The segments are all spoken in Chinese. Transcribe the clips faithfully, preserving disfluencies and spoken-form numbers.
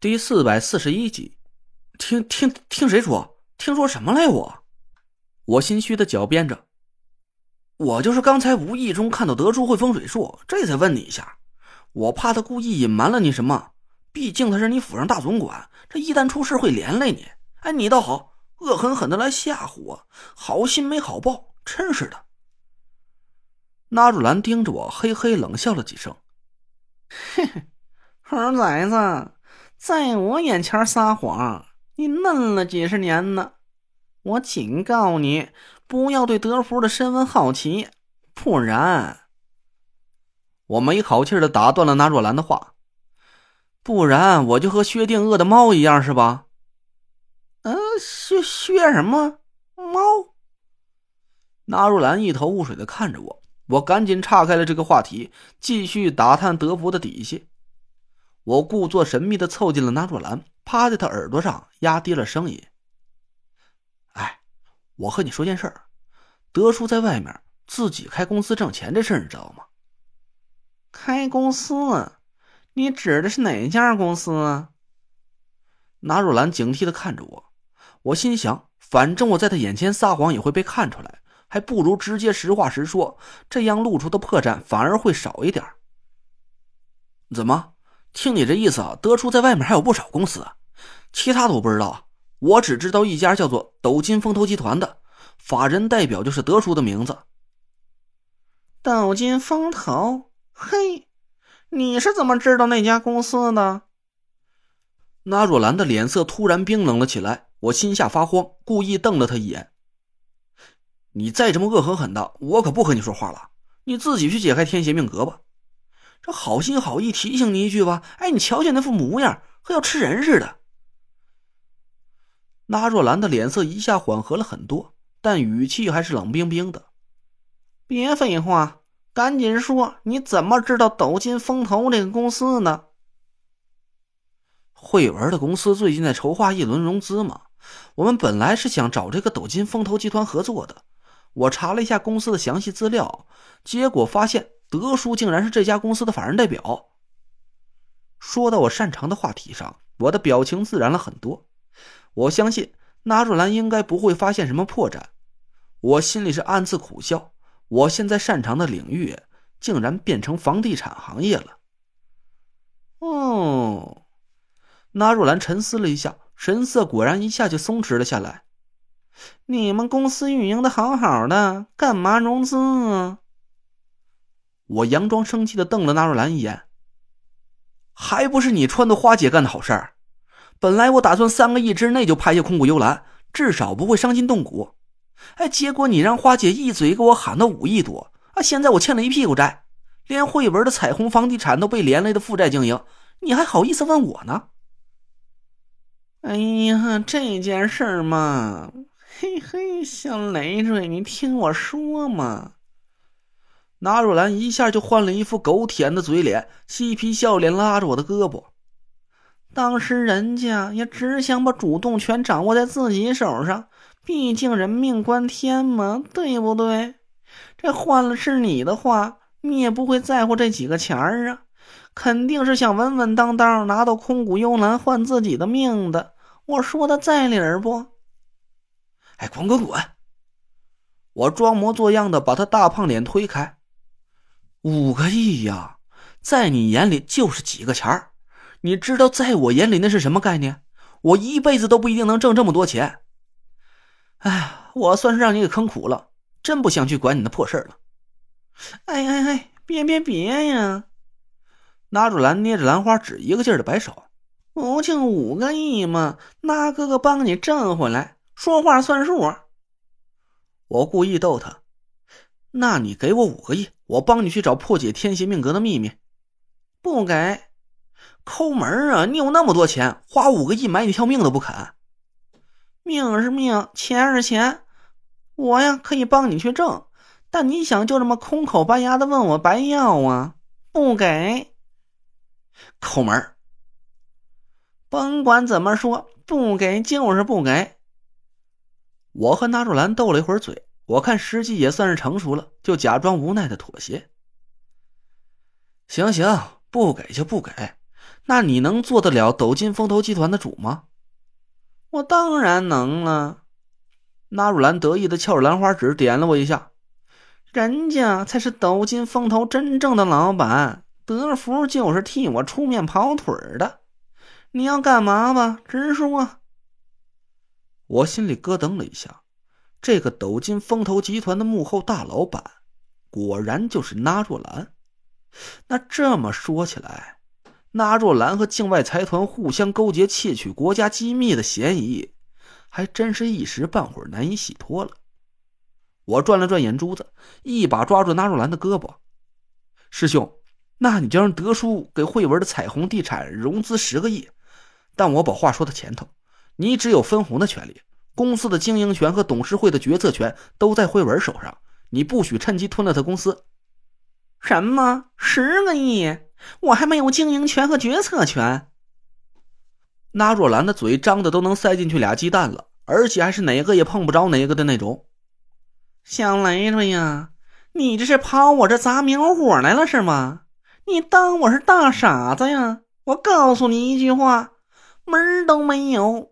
第四百四十一集。听听听谁说？听说什么来我？我心虚的狡辩着。我就是刚才无意中看到德叔会风水术，这才问你一下。我怕他故意隐瞒了你什么，毕竟他是你府上大总管，这一旦出事会连累你。哎，你倒好，恶狠狠的来吓唬我，好心没好报，真是的。纳若兰盯着我，嘿嘿冷笑了几声。 嘿嘿，猴崽子，在我眼前撒谎，你嫩了几十年呢。我警告你，不要对德福的身份好奇，不然…… 我没好气的打断了纳若兰的话。不然我就和薛定谔的猫一样是吧？ 呃，薛薛什么猫？ 纳若兰一头雾水的看着我，我赶紧岔开了这个话题，继续打探德福的底细。我故作神秘的凑近了纳若兰，趴在她耳朵上压低了声音。哎，我和你说件事儿，德叔在外面自己开公司挣钱这事儿你知道吗？ 开公司？你指的是哪家公司啊？ 纳若兰警惕的看着我，我心想，反正我在他眼前撒谎也会被看出来，还不如直接实话实说，这样露出的破绽反而会少一点。怎么？听你这意思啊，德叔在外面还有不少公司，其他的我不知道，我只知道一家叫做斗金风投集团的，法人代表就是德叔的名字。 斗金风投？嘿，你是怎么知道那家公司的？ 纳若兰的脸色突然冰冷了起来，我心下发慌，故意瞪了他一眼。你再这么恶狠狠的，我可不和你说话了，你自己去解开天邪命格吧。这好心好意提醒你一句吧，哎，你瞧见那副模样，和要吃人似的。纳若兰的脸色一下缓和了很多，但语气还是冷冰冰的。 别废话，赶紧说，你怎么知道斗金风投这个公司呢？ 慧文的公司最近在筹划一轮融资嘛，我们本来是想找这个斗金风投集团合作的。我查了一下公司的详细资料，结果发现德叔竟然是这家公司的法人代表。说到我擅长的话题上，我的表情自然了很多。我相信纳若兰应该不会发现什么破绽。我心里是暗自苦笑，我现在擅长的领域竟然变成房地产行业了。 哦， 纳若兰沉思了一下，神色果然一下就松弛了下来。 你们公司运营的好好的，干嘛融资啊？ 我佯装生气的瞪了纳若兰一眼。还不是你撺掇花姐干的好事儿？本来我打算三个亿之内就拍下空谷幽兰，至少不会伤筋动骨。哎，结果你让花姐一嘴给我喊到五亿多啊！现在我欠了一屁股债，连慧文的彩虹房地产都被连累的负债经营，你还好意思问我呢？ 哎呀，这件事嘛，嘿嘿，小累赘，你听我说嘛。 纳若兰一下就换了一副狗舔的嘴脸，嬉皮笑脸拉着我的胳膊。 当时人家也只想把主动权掌握在自己手上，毕竟人命关天嘛，对不对？这换了是你的话，你也不会在乎这几个钱儿啊，肯定是想稳稳当当拿到空谷幽兰换自己的命的。我说的在理儿不？ 哎，滚滚滚！我装模作样的把他大胖脸推开。五个亿呀，在你眼里就是几个钱儿，你知道在我眼里那是什么概念？我一辈子都不一定能挣这么多钱。哎，我算是让你给坑苦了，真不想去管你那破事了。 哎哎哎，别别别呀！ 纳若兰捏着兰花指一个劲儿的摆手。 不就五个亿吗？那哥哥帮你挣回来，说话算数。 我故意逗他。那你给我五个亿，我帮你去找破解天邪命格的秘密。 不给。 抠门啊，你有那么多钱，花五个亿买你条命都不肯。 命是命，钱是钱，我呀可以帮你去挣，但你想就这么空口白牙的问我白要啊？不给。 抠门。 甭管怎么说，不给就是不给。 我和纳若兰斗了一会儿嘴，我看时机也算是成熟了，就假装无奈的妥协。行行，不给就不给， 那你能做得了斗金风投集团的主吗？ 我当然能了。 纳若兰得意的翘着兰花指点了我一下， 人家才是斗金风投真正的老板，德福就是替我出面跑腿的。你要干嘛吧，直说啊。 我心里咯噔了一下，这个斗金风投集团的幕后大老板果然就是纳若兰。那这么说起来，纳若兰和境外财团互相勾结窃取国家机密的嫌疑还真是一时半会儿难以洗脱了。我转了转眼珠子，一把抓住纳若兰的胳膊，师兄，那你就让德叔给慧文的彩虹地产融资十个亿，但我把话说到前头，你只有分红的权利，公司的经营权和董事会的决策权都在慧文手上，你不许趁机吞了他公司。 什么？十个亿？我还没有经营权和决策权？ 纳若兰的嘴张的都能塞进去俩鸡蛋了，而且还是哪个也碰不着哪个的那种。 小雷子呀，你这是跑我这砸苗火来了是吗？你当我是大傻子呀？我告诉你一句话，门儿都没有。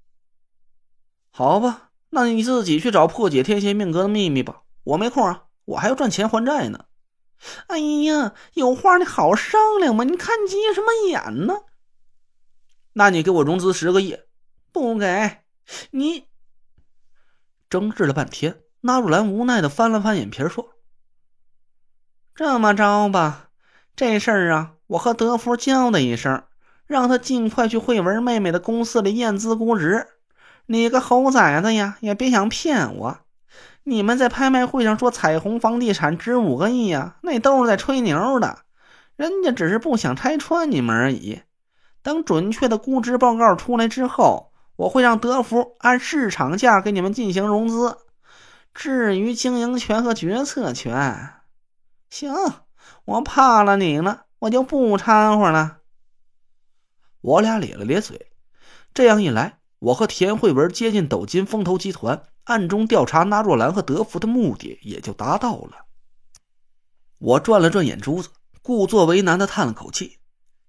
好吧，那你自己去找破解天蝎命格的秘密吧，我没空啊，我还要赚钱还债呢。 哎呀，有话你好商量嘛，你看急什么眼呢？ 那你给我融资十个亿。 不给。你争执了半天，纳若兰无奈的翻了翻眼皮说， 这么着吧，这事儿啊，我和德福交代一声，让他尽快去慧文妹妹的公司里验资估值。你个猴崽子呀，也别想骗我。你们在拍卖会上说彩虹房地产值五个亿呀，那都是在吹牛的，人家只是不想拆穿你们而已。等准确的估值报告出来之后，我会让德福按市场价给你们进行融资。至于经营权和决策权，行，我怕了你了，我就不掺和了。 我俩咧了咧嘴，这样一来，我和田慧文接近斗金风投集团，暗中调查纳若兰和德福的目的也就达到了。我转了转眼珠子，故作为难的叹了口气，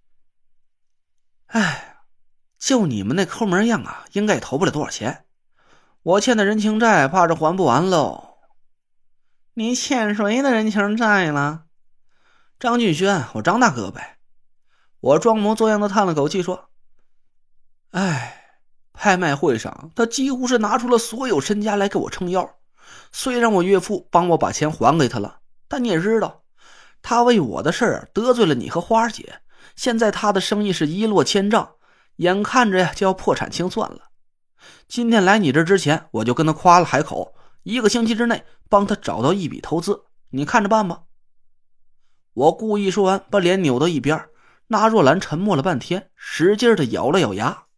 哎，就你们那抠门样啊，应该也投不了多少钱，我欠的人情债怕是还不完喽。 你欠谁的人情债了？ 张俊轩，我张大哥呗。我装模作样的叹了口气说，哎，拍卖会上他几乎是拿出了所有身家来给我撑腰，虽然我岳父帮我把钱还给他了，但你也知道，他为我的事儿得罪了你和花姐，现在他的生意是一落千丈，眼看着呀就要破产清算了。今天来你这之前，我就跟他夸了海口，一个星期之内帮他找到一笔投资，你看着办吧。我故意说完，把脸扭到一边。纳若兰沉默了半天，使劲的咬了咬牙。